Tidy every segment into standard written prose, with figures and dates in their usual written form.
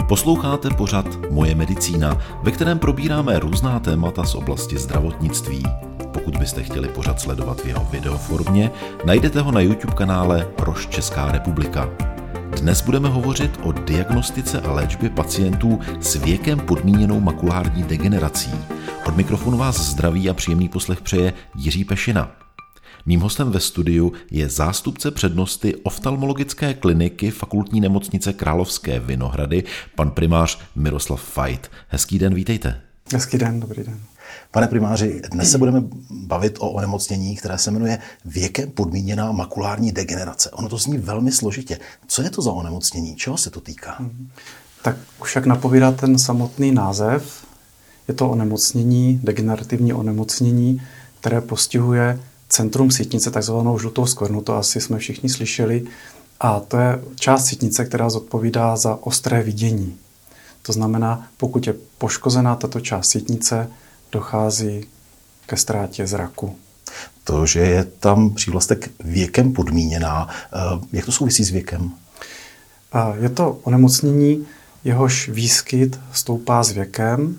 Posloucháte pořad Moje medicína, ve kterém probíráme různá témata z oblasti zdravotnictví. Pokud byste chtěli pořad sledovat v jeho videoformě, najdete ho na YouTube kanále Roš Česká republika. Dnes budeme hovořit o diagnostice a léčbě pacientů s věkem podmíněnou makulární degenerací. Od mikrofonu vás zdraví a příjemný poslech přeje Jiří Pešina. Mým hostem ve studiu je zástupce přednosty oftalmologické kliniky Fakultní nemocnice Královské Vinohrady, pan primář Miroslav Fajt. Hezký den, vítejte. Hezký den, dobrý den. Pane primáři, dnes se budeme bavit o onemocnění, které se jmenuje věkem podmíněná makulární degenerace. Ono to zní velmi složitě. Co je to za onemocnění? Čeho se to týká? Tak už jak napovídá ten samotný název, je to onemocnění, degenerativní onemocnění, které postihuje centrum sítnice, takzvanou žlutou skvrnu, to asi jsme všichni slyšeli. A to je část sítnice, která zodpovídá za ostré vidění. To znamená, pokud je poškozená tato část sítnice, dochází ke ztrátě zraku. To, že je tam přívlastek věkem podmíněná, jak to souvisí s věkem? Je to onemocnění, jehož výskyt stoupá s věkem.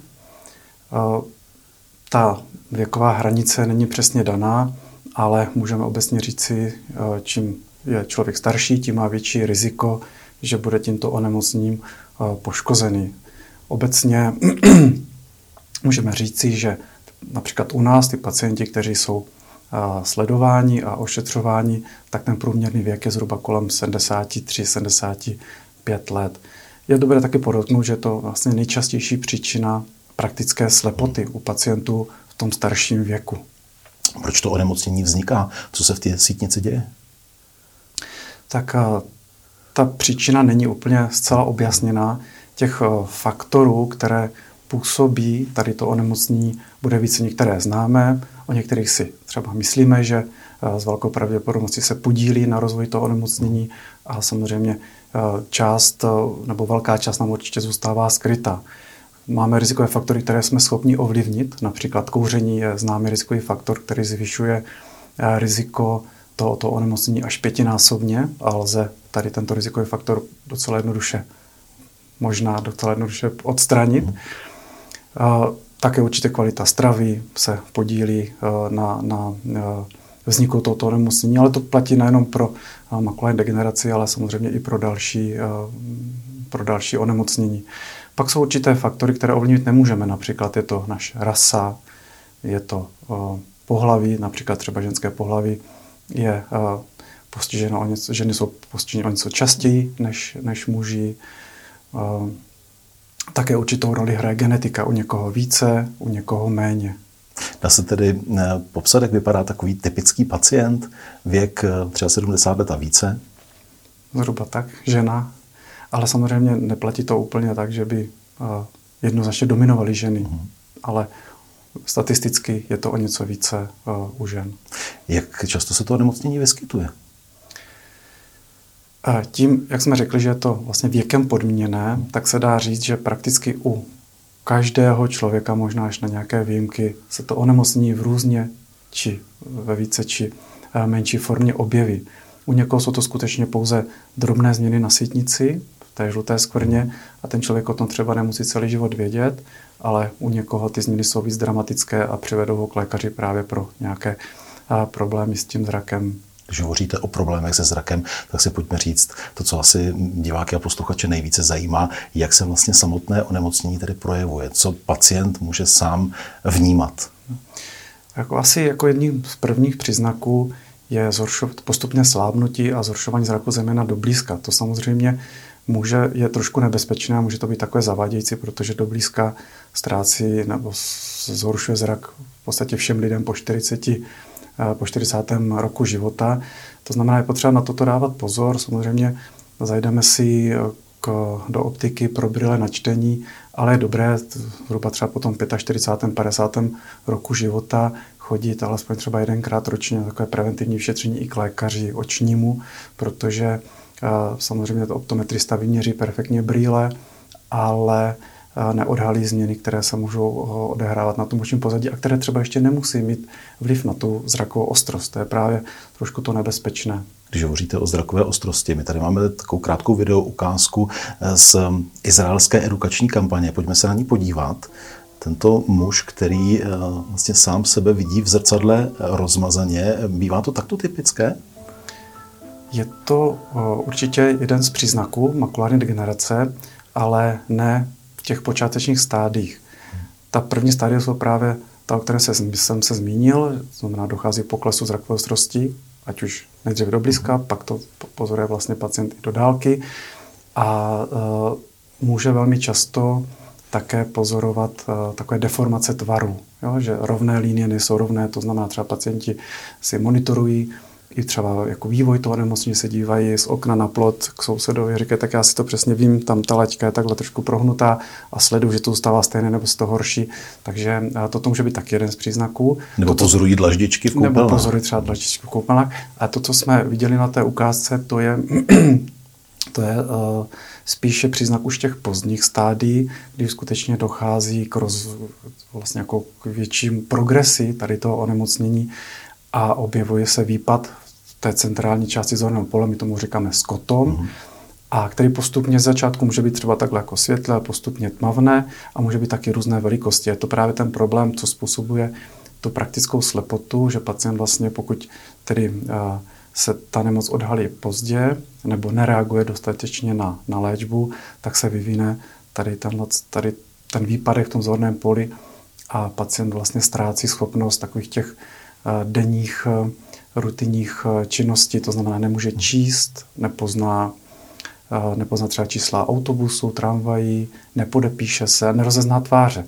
Ta věková hranice není přesně daná, ale můžeme obecně říci, čím je člověk starší, tím má větší riziko, že bude tímto onemocněním poškozený. Obecně můžeme říci, že například u nás ty pacienti, kteří jsou sledováni a ošetřováni, tak ten průměrný věk je zhruba kolem 73-75 let. Je dobré taky podotknout, že je to vlastně nejčastější příčina praktické slepoty u pacientů v tom starším věku. Proč to onemocnění vzniká? Co se v té sítnici děje? Tak ta příčina není úplně zcela objasněná. Těch faktorů, které působí tady to onemocnění, bude více. Některé známe, o některých si třeba myslíme, že s velkou pravděpodobností se podílí na rozvoji toho onemocnění a samozřejmě část nebo velká část nám určitě zůstává skrytá. Máme rizikové faktory, které jsme schopni ovlivnit. Například kouření je známý rizikový faktor, který zvyšuje riziko tohoto onemocnění až 5násobně a lze tady tento rizikový faktor docela jednoduše odstranit. Také určitě kvalita stravy se podílí na vzniku tohoto onemocnění, ale to platí nejenom pro makulární degeneraci, ale samozřejmě i pro další onemocnění. Pak jsou určité faktory, které ovlivnit nemůžeme. Například je to naše rasa, je to pohlaví, například třeba ženské pohlaví je postiženo ženy jsou postiženy o něco častěji než muži. Také určitou roli hraje genetika, u někoho více, u někoho méně. Dá se tedy popsat, jak vypadá takový typický pacient, věk třeba 70 let a více? Zhruba tak, žena. Ale samozřejmě neplatí to úplně tak, že by jednoznačně dominovaly ženy. Ale statisticky je to o něco více u žen. Jak často se to onemocnění vyskytuje? Tím, jak jsme řekli, že je to vlastně věkem podmíněné, tak se dá říct, že prakticky u každého člověka, možná až na nějaké výjimky, se to onemocnění v různě či ve více či menší formě objeví. U někoho jsou to skutečně pouze drobné změny na sítnici, v té žluté skvrně, a ten člověk o tom třeba nemusí celý život vědět, ale u někoho ty změny jsou víc dramatické a přivedou ho k lékaři právě pro nějaké problémy s tím zrakem. Když hovoříte o problémech se zrakem, tak si pojďme říct to, co asi diváky a posluchače nejvíce zajímá, jak se vlastně samotné onemocnění tedy projevuje, co pacient může sám vnímat. Jako jedním z prvních příznaků je postupně slábnutí a zhoršování zraku zejména do blízka. To samozřejmě je trošku nebezpečné a může to být takové zavádějící, protože do blízka ztrácí nebo zhoršuje zrak v podstatě všem lidem po 40. roku života. To znamená, je potřeba na toto dávat pozor. Samozřejmě zajdeme si do optiky pro brýle na čtení, ale je dobré zhruba třeba po tom 45. 50. roku života chodit alespoň třeba 1krát ročně na takové preventivní vyšetření i k lékaři očnímu, protože samozřejmě to optometrista vyměří perfektně brýle, ale neodhalí změny, které se můžou odehrávat na tom očním pozadí a které třeba ještě nemusí mít vliv na tu zrakovou ostrost. To je právě trošku to nebezpečné. když hovoříte o zrakové ostrosti. My tady máme takovou krátkou video ukázku z izraelské edukační kampaně. Pojďme se na ní podívat. Tento muž, který vlastně sám sebe vidí v zrcadle rozmazaně, bývá to takto typické? Je to určitě jeden z příznaků makulární degenerace, ale ne v těch počátečních stádiích. Ta první stádia jsou právě ta, o které jsem se zmínil, to znamená, dochází k poklesu zrakové ostrosti, ať už nejdříve do blízka, pak to pozoruje vlastně pacient i do dálky a může velmi často také pozorovat takové deformace tvaru, jo? Že rovné linie nejsou rovné, to znamená, třeba pacienti si monitorují i třeba jako vývoj toho onemocnění, se dívají z okna na plot k sousedovi, říkají, tak já si to přesně vím, tam ta laťka je takhle trošku prohnutá a sleduju, že to zůstává stejné nebo se to horší. Takže toto může být taky jeden z příznaků. Nebo pozorují dlaždičky v koupelnách. Nebo pozorují třeba dlaždičky v koupelnách. A to, co jsme viděli na té ukázce, to je spíše příznak už těch pozdních stádií, kdy skutečně dochází vlastně jako k větším progresi tady toho onemocnění a objevuje se výpad v té centrální části zorného pole, my tomu říkáme skotom, a který postupně z začátku může být třeba takhle jako světlé, postupně tmavné a může být taky různé velikosti. Je to právě ten problém, co způsobuje tu praktickou slepotu, že pacient vlastně, pokud tedy se ta nemoc odhalí pozdě nebo nereaguje dostatečně na léčbu, tak se vyvine tady ten výpadek v tom zorném poli a pacient vlastně ztrácí schopnost takových těch denních rutinních činností, to znamená, nemůže číst, nepozná třeba čísla autobusu, tramvají, nepodepíše se, nerozezná tváře.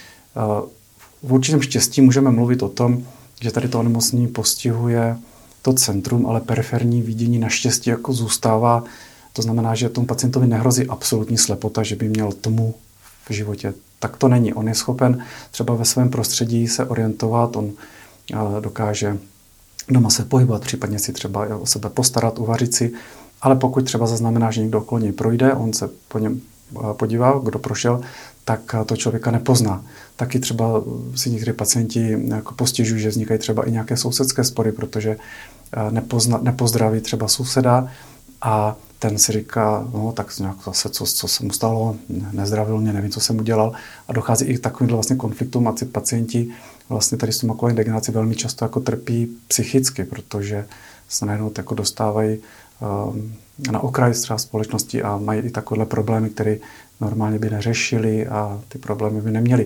V určitém štěstí můžeme mluvit o tom, že tady to onemocnění postihuje to centrum, ale periferní vidění naštěstí jako zůstává. To znamená, že tomu pacientovi nehrozí absolutní slepota, že by měl tmu v životě. Tak to není. On je schopen třeba ve svém prostředí se orientovat, on dokáže doma se pohybovat, případně si třeba o sebe postarat, uvařit si, ale pokud třeba zaznamená, že někdo okolo něj projde, on se po něm podívá, kdo prošel, tak to člověka nepozná. Taky třeba si někdy pacienti jako postěžují, že vznikají třeba i nějaké sousedské spory, protože nepozdraví třeba souseda a ten si říká, no tak nějak zase, co se mu stalo, nezdravil mě, nevím, co jsem udělal. A dochází i k takovýmhle vlastně konfliktům a pacienti vlastně tady s tou makulární degenerací velmi často jako trpí psychicky, protože se najednou jako dostávají na okraj třeba společnosti a mají i takovéhle problémy, které normálně by neřešili a ty problémy by neměli.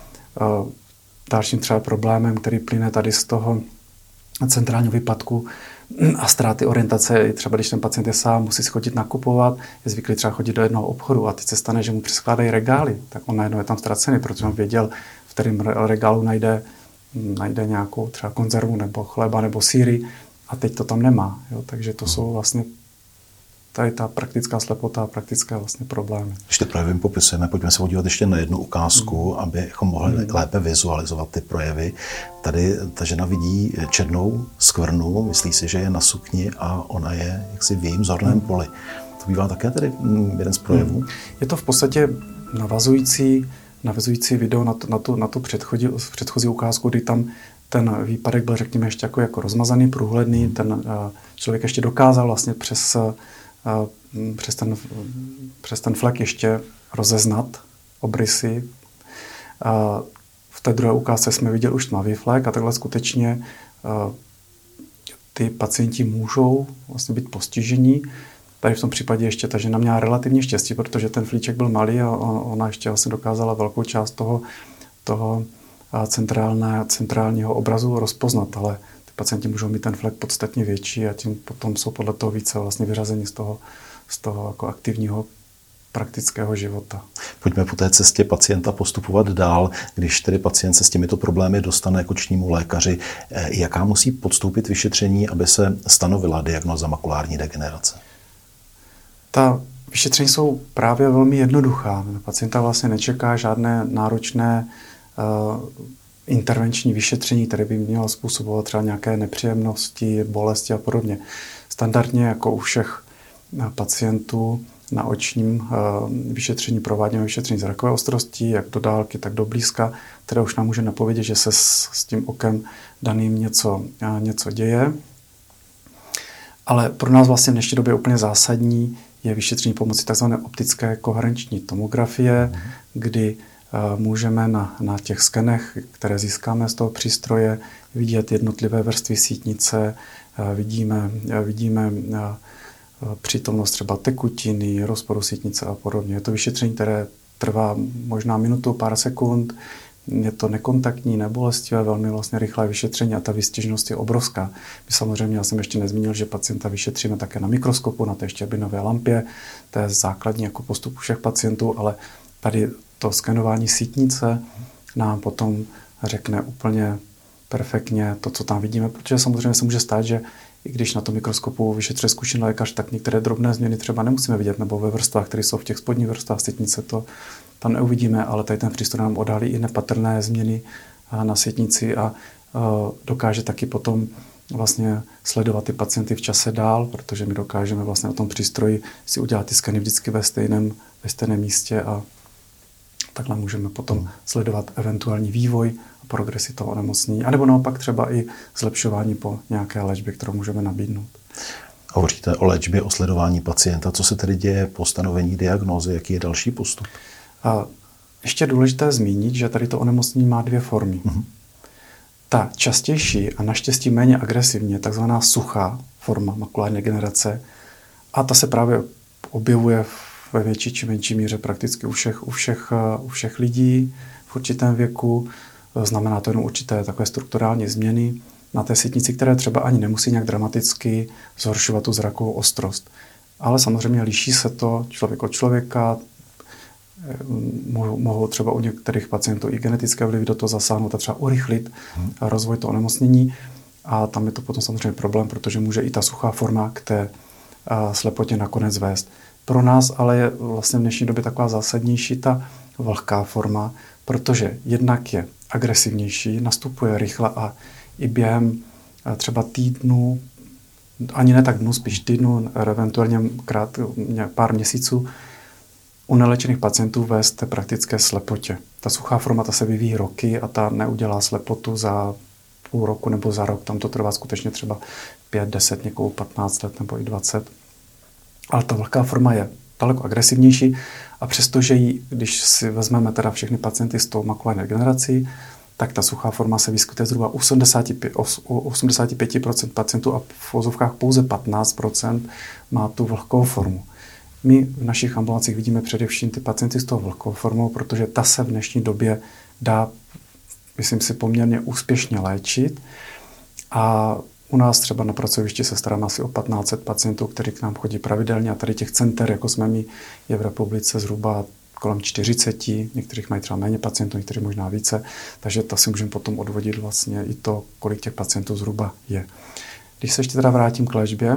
Dalším třeba problémem, který plyne tady z toho centrálního výpadku a ztráty orientace, i třeba když ten pacient je sám, musí si chodit nakupovat, je zvyklý třeba chodit do jednoho obchodu a teď se stane, že mu přeskládají regály, tak on najednou je tam ztracený, protože on věděl, v kterém regálu najde nějakou třeba konzervu nebo chleba nebo sýry a teď to tam nemá. Jo? Takže to jsou vlastně tady ta praktická slepota a praktické vlastně problémy. Když ty projevy popisujeme, pojďme se podívat ještě na jednu ukázku, abychom mohli lépe vizualizovat ty projevy. Tady ta žena vidí černou skvrnu, myslí si, že je na sukni a ona je jaksi v jejím zorném poli. To bývá také tedy jeden z projevů? Je to v podstatě navazující video na tu předchozí ukázku, kdy tam ten výpadek byl, řekněme, ještě jako rozmazaný, průhledný. Ten člověk ještě dokázal vlastně přes ten flek ještě rozeznat obrysy. V té druhé ukázce jsme viděli už tmavý flek a takhle skutečně ty pacienti můžou vlastně být postižení. Tady v tom případě ještě ta žena měla relativně štěstí, protože ten flíček byl malý a ona ještě vlastně dokázala velkou část toho centrálního obrazu rozpoznat, ale ty pacienti můžou mít ten flek podstatně větší a tím potom jsou podle toho více vlastně vyřazení z toho jako aktivního praktického života. Pojďme po té cestě pacienta postupovat dál, když tedy pacient se s těmito problémy dostane k očnímu lékaři. Jaká musí podstoupit vyšetření, aby se stanovila diagnóza makulární degenerace? Ta vyšetření jsou právě velmi jednoduchá. Pacienta vlastně nečeká žádné náročné intervenční vyšetření, které by mělo způsobovat třeba nějaké nepříjemnosti, bolesti a podobně. Standardně jako u všech pacientů na očním vyšetření prováděné vyšetření zrakové ostrosti, jak do dálky, tak do blízka, které už nám může napovědět, že se s tím okem daným něco děje. Ale pro nás vlastně v dnešní době úplně zásadní je vyšetření pomocí tzv. Optické koherenční tomografie, kdy můžeme na těch skenech, které získáme z toho přístroje, vidět jednotlivé vrstvy sítnice, vidíme přítomnost třeba tekutiny, rozporu sítnice a podobně. Je to vyšetření, které trvá možná minutu, pár sekund, je to nekontaktní, nebolestivé, velmi vlastně rychlé vyšetření a ta výstěžnost je obrovská. My samozřejmě, já jsem ještě nezmínil, že pacienta vyšetříme také na mikroskopu, na té štěrbinové lampě, to je základní jako postup všech pacientů, ale tady to skenování sítnice nám potom řekne úplně perfektně to, co tam vidíme, protože samozřejmě se může stát, že i když na tom mikroskopu vyšetřuje zkušený lékař, tak některé drobné změny třeba nemusíme vidět, nebo ve vrstvách, které jsou v těch spodních vrstvách sítnice, to tam neuvidíme, ale tady ten přístroj nám odhalí i nepatrné změny na sítnici a dokáže taky potom vlastně sledovat ty pacienty v čase dál, protože my dokážeme vlastně na tom přístroji si udělat ty skeny vždycky ve stejném místě a takhle můžeme potom sledovat eventuální vývoj a progresi toho onemocnění, anebo naopak třeba i zlepšování po nějaké léčbě, kterou můžeme nabídnout. Hovoříte o léčbě, o sledování pacienta. Co se tedy děje po stanovení diagnózy? Jaký je další postup? A ještě je důležité zmínit, že tady to onemocnění má dvě formy. Ta častější a naštěstí méně agresivní je takzvaná suchá forma makulární degenerace a ta se právě objevuje ve větší či menší míře prakticky u všech lidí v určitém věku. Znamená to jenom určité takové strukturální změny na té sítnici, které třeba ani nemusí nějak dramaticky zhoršovat tu zrakovou ostrost. Ale samozřejmě liší se to člověk od člověka, mohou třeba u některých pacientů i genetické vlivy do toho zasáhnout a třeba urychlit rozvoj toho onemocnění. A tam je to potom samozřejmě problém, protože může i ta suchá forma k té slepotě nakonec vést. Pro nás ale je vlastně v dnešní době taková zásadnější ta vlhká forma, protože jednak je agresivnější, nastupuje rychle a i během třeba týdnu, ani ne tak dnů, spíš týdnu, eventuálně pár měsíců, u neléčených pacientů vést té praktické slepotě. Ta suchá forma ta se vyvíjí roky a ta neudělá slepotu za půl roku nebo za rok. Tam to trvá skutečně třeba 5, 10, někoho 15 let nebo i 20. Ale ta vlhká forma je daleko agresivnější a přestože když si vezmeme teda všechny pacienty s tou makulární degenerací, tak ta suchá forma se vyskytuje zhruba u 85% pacientů a v ozovkách pouze 15% má tu vlhkou formu. My v našich ambulancích vidíme především ty pacienty s tou vlhkou formou, protože ta se v dnešní době dá, myslím si, poměrně úspěšně léčit. A u nás třeba na pracovišti se staráme asi o 1500 pacientů, kteří k nám chodí pravidelně a tady těch center, jako jsme my, je v republice zhruba kolem 40, některých mají třeba méně pacientů, někteří možná více, takže to si můžeme potom odvodit vlastně i to, kolik těch pacientů zhruba je. Když se ještě teda vrátím k léčbě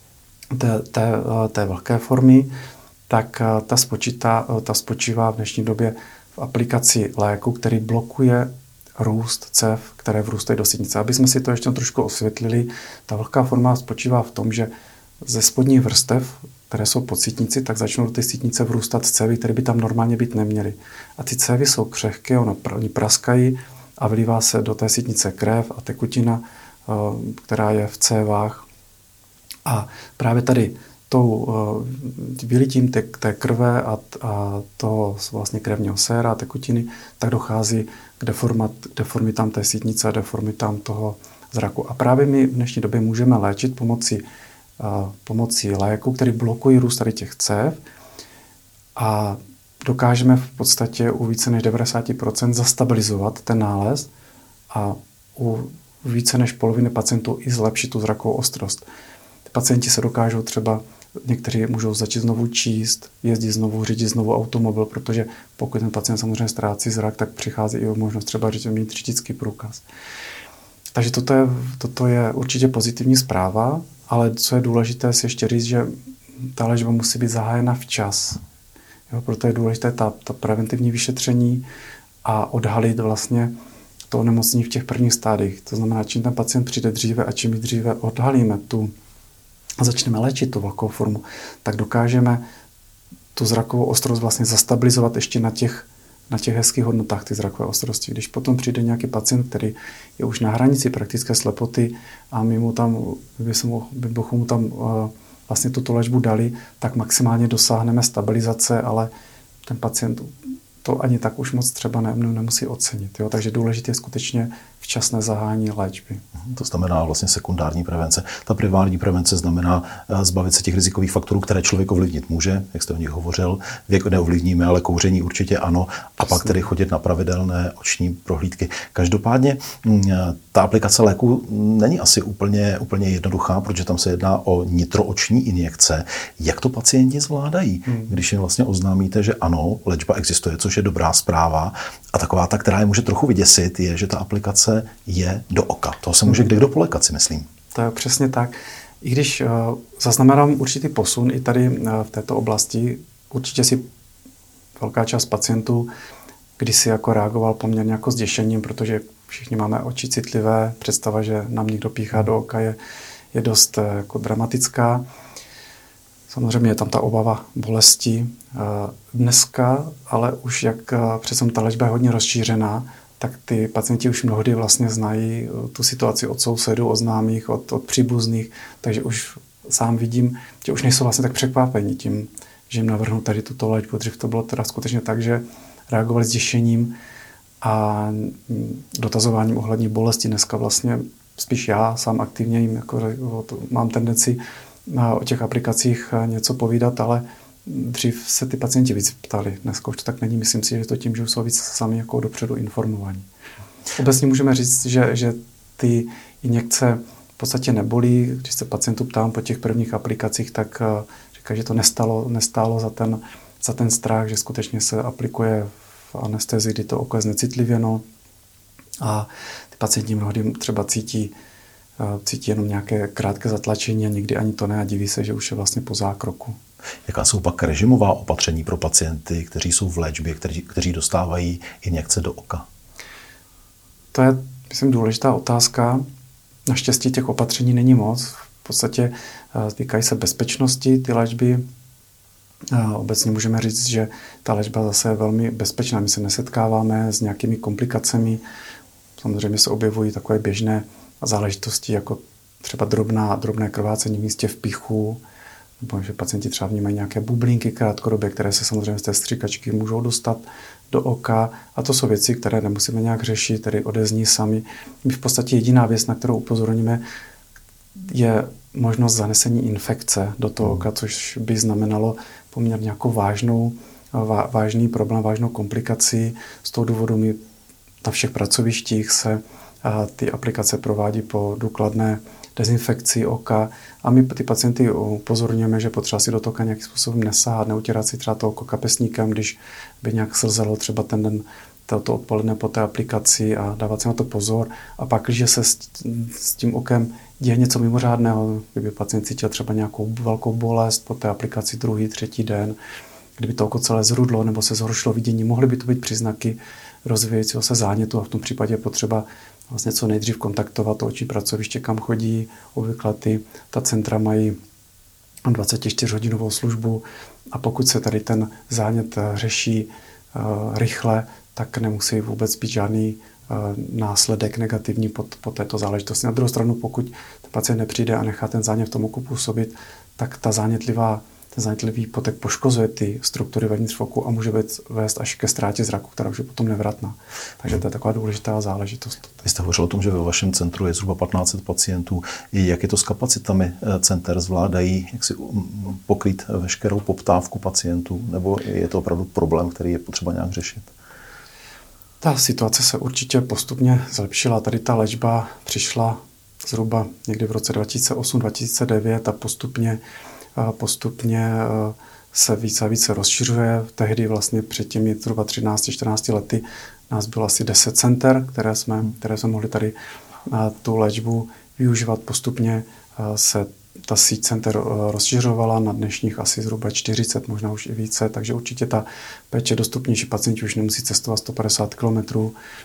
té vlhké formy, tak ta spočívá v dnešní době v aplikaci léku, který blokuje růst cév, které vrůstají do sítnice. Aby jsme si to ještě trošku osvětlili, ta vlhká forma spočívá v tom, že ze spodních vrstev, které jsou pod sítnici, tak začnou do té sítnice vrůstat cévy, které by tam normálně být neměly. A ty cévy jsou křehké, oni praskají a vylívá se do té sítnice krev a tekutina, která je v cévách. A právě tady tou vylitím té krve a toho vlastně krevního séra a tekutiny, tak dochází k deformitám té sítnice a deformitám toho zraku. A právě my v dnešní době můžeme léčit pomocí léku, který blokují růst tady těch cév a dokážeme v podstatě u více než 90% zastabilizovat ten nález a u více než poloviny pacientů i zlepšit tu zrakovou ostrost. Ty pacienti se dokážou třeba, někteří můžou začít znovu číst, jezdit znovu, řídit znovu automobil, protože pokud ten pacient samozřejmě ztrácí zrak, tak přichází i o možnost třeba mít řidičský průkaz. Takže toto je určitě pozitivní zpráva, ale co je důležité si ještě říct, že ta léčba musí být zahájena včas. Jo, proto je důležité ta preventivní vyšetření a odhalit vlastně to onemocnění v těch prvních stádiích. To znamená, čím ten pacient přijde dříve a čím dříve odhalíme a začneme léčit tu vlhkou formu, tak dokážeme tu zrakovou ostrost vlastně zastabilizovat ještě na těch na těch hezkých hodnotách ty zrakové ostrosti. Když potom přijde nějaký pacient, který je už na hranici praktické slepoty a my bychom mu tam vlastně tuto léčbu dali, tak maximálně dosáhneme stabilizace, ale ten pacient to ani tak už moc třeba nemusí ocenit. Jo? Takže důležité je skutečně včasné zahájení léčby. To znamená vlastně sekundární prevence. Ta primární prevence znamená zbavit se těch rizikových faktorů, které člověk ovlivnit může, jak jste o nich hovořil. Věk neovlivníme, ale kouření určitě ano. A pak tedy chodit na pravidelné oční prohlídky. Každopádně ta aplikace léku není asi úplně jednoduchá, protože tam se jedná o nitrooční injekce. Jak to pacienti zvládají, když jim vlastně oznámíte, že ano, léčba existuje, což je dobrá zpráva. A taková ta, která je může trochu vyděsit, je, že ta aplikace je do oka. Toho se může kdekdo polékat, si myslím. To je přesně tak. I když zaznamenám určitý posun i tady v této oblasti, určitě si velká část pacientů kdysi jako reagoval poměrně jako zděšením, protože všichni máme oči citlivé, představa, že nám někdo píchá do oka je dost jako dramatická. Samozřejmě je tam ta obava bolesti. Dneska, ale už jak přece ta léčba je hodně rozšířená, tak ty pacienti už mnohdy vlastně znají tu situaci od sousedů, od známých, od příbuzných, takže už sám vidím, že už nejsou vlastně tak překvapení tím, že jim navrhnu tady tuto léčbu. Dřív to bylo teda skutečně tak, že reagovali s děšením a dotazováním ohledně bolesti. Dneska vlastně spíš já sám aktivně jim jako mám tendenci o těch aplikacích něco povídat, ale dřív se ty pacienti víc ptali. Dneska už to tak není. Myslím si, že to tím, že už jsou víc sami jako dopředu informovaní. Obecně můžeme říct, že ty injekce v podstatě nebolí. Když se pacientů ptám po těch prvních aplikacích, tak říká, že to nestálo za ten strach, že skutečně se aplikuje v anestezii, kdy to oko je znecitlivěno a ty pacienti mnohdy třeba cítí jenom nějaké krátké zatlačení a někdy ani to ne a diví se, že už je vlastně po zákroku. Jaká jsou pak režimová opatření pro pacienty, kteří jsou v léčbě, kteří dostávají injekce do oka? To je, myslím, důležitá otázka. Naštěstí těch opatření není moc. V podstatě týkají se bezpečnosti ty léčby. Obecně můžeme říct, že ta léčba zase je velmi bezpečná. My se nesetkáváme s nějakými komplikacemi. Samozřejmě se objevují takové běžné záležitosti, jako třeba drobné krvácení v místě vpichu, nebo že pacienti třeba vnímají nějaké bublinky krátkodobě, které se samozřejmě z té stříkačky můžou dostat do oka. A to jsou věci, které nemusíme nějak řešit, tedy odezní sami. My v podstatě jediná věc, na kterou upozorníme, je možnost zanesení infekce do toho oka, což by znamenalo poměrně jako vážný problém, vážnou komplikaci. Z toho důvodu my na všech pracovištích se ty aplikace provádí po důkladné dezinfekci oka a my ty pacienty upozorňujeme, že potřeba si do toho oka nějakým způsobem nesahat, neutírat si třeba to oko kapesníkem, když by nějak slzelo třeba ten den toto odpoledne po té aplikaci a dávat si na to pozor. A pak, když se s tím okem děje něco mimořádného, kdyby pacient cítil třeba nějakou velkou bolest po té aplikaci druhý, třetí den, kdyby to oko celé zrudlo nebo se zhoršilo vidění, mohly by to být příznaky rozvíjejícího se zánětu a v tom případě je potřeba vlastně co nejdřív kontaktovat to oční pracoviště, kam chodí. Obvykle ta centra mají 24hodinovou službu a pokud se tady ten zánět řeší rychle, tak nemusí vůbec být žádný následek negativní po této záležitosti. Na druhou stranu, pokud ten pacient nepřijde a nechá ten zánět v tom oku působit, tak ten zánětlivý potek poškozuje ty struktury vevnitř v oku a může vést až ke ztrátě zraku, která už je potom nevratná. Takže to je taková důležitá záležitost. Vy jste hovořil o tom, že ve vašem centru je zhruba 1500 pacientů. Jak je to s kapacitami center? Zvládají jak si pokrýt veškerou poptávku pacientů? Nebo je to opravdu problém, který je potřeba nějak řešit? Ta situace se určitě postupně zlepšila. Tady ta léčba přišla zhruba někdy v roce 2008-2009 a postupně se více a více rozšiřuje. Tehdy vlastně před těmi zhruba 13-14 lety nás bylo asi 10 center, které jsme mohli tady tu léčbu využívat. Postupně se ta síť center rozšiřovala na dnešních asi zhruba 40, možná už i více, takže určitě ta péče dostupnější, pacienti už nemusí cestovat 150 km.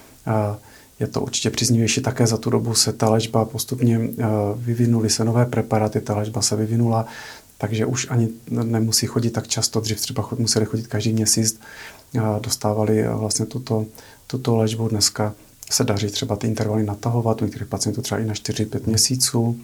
Je to určitě příznivější. Také za tu dobu se ta léčba postupně vyvinuly se nové preparáty, ta léčba se vyvinula, takže už ani nemusí chodit tak často. Dřív třeba museli chodit každý měsíc dostávali vlastně tuto léčbu. Dneska se daří třeba ty intervaly natahovat, u některých pacientů třeba i na 4-5 měsíců.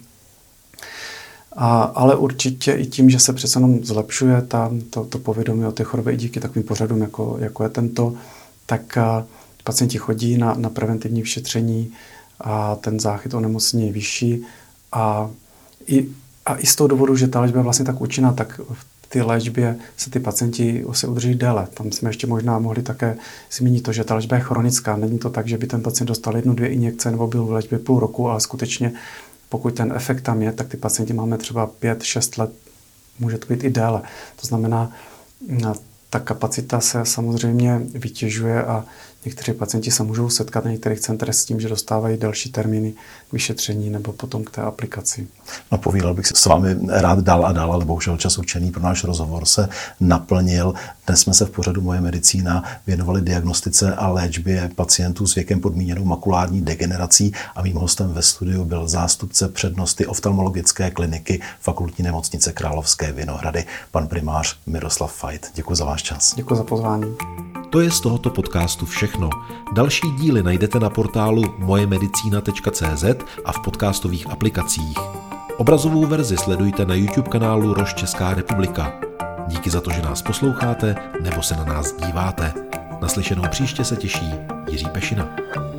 Ale určitě i tím, že se přece jenom zlepšuje to povědomí o té chorobě i díky takovým pořadům, jako je tento, tak pacienti chodí na preventivní vyšetření a ten záchyt onemocnění je vyšší. A i z toho důvodu, že ta léčba je vlastně tak účinná, tak v té léčbě se ty pacienti se udrží déle. Tam jsme ještě možná mohli také zmínit to, že ta léčba je chronická. Není to tak, že by ten pacient dostal 1-2 injekce nebo byl v léčbě půl roku, ale skutečně pokud ten efekt tam je, tak ty pacienti máme třeba 5-6 let, může to být i déle. To znamená, ta kapacita se samozřejmě vytěžuje a někteří pacienti se můžou setkat na některých centrech s tím, že dostávají další termíny k vyšetření nebo potom k té aplikaci. No, povídal bych si s vámi rád dál a dál, ale bohužel čas určený pro náš rozhovor se naplnil. Dnes jsme se v pořadu Moje medicína věnovali diagnostice a léčbě pacientů s věkem podmíněnou makulární degenerací a mým hostem ve studiu byl zástupce přednosty oftalmologické kliniky Fakultní nemocnice Královské Vinohrady, pan primář Miroslav Fajt. Děkuji za váš čas. Děkuji za pozvání. To je z tohoto podcastu všechno. Další díly najdete na portálu mojemedicina.cz a v podcastových aplikacích. Obrazovou verzi sledujte na YouTube kanálu Roš Česká republika. Díky za to, že nás posloucháte nebo se na nás díváte. Naslyšenou příště se těší Jiří Pešina.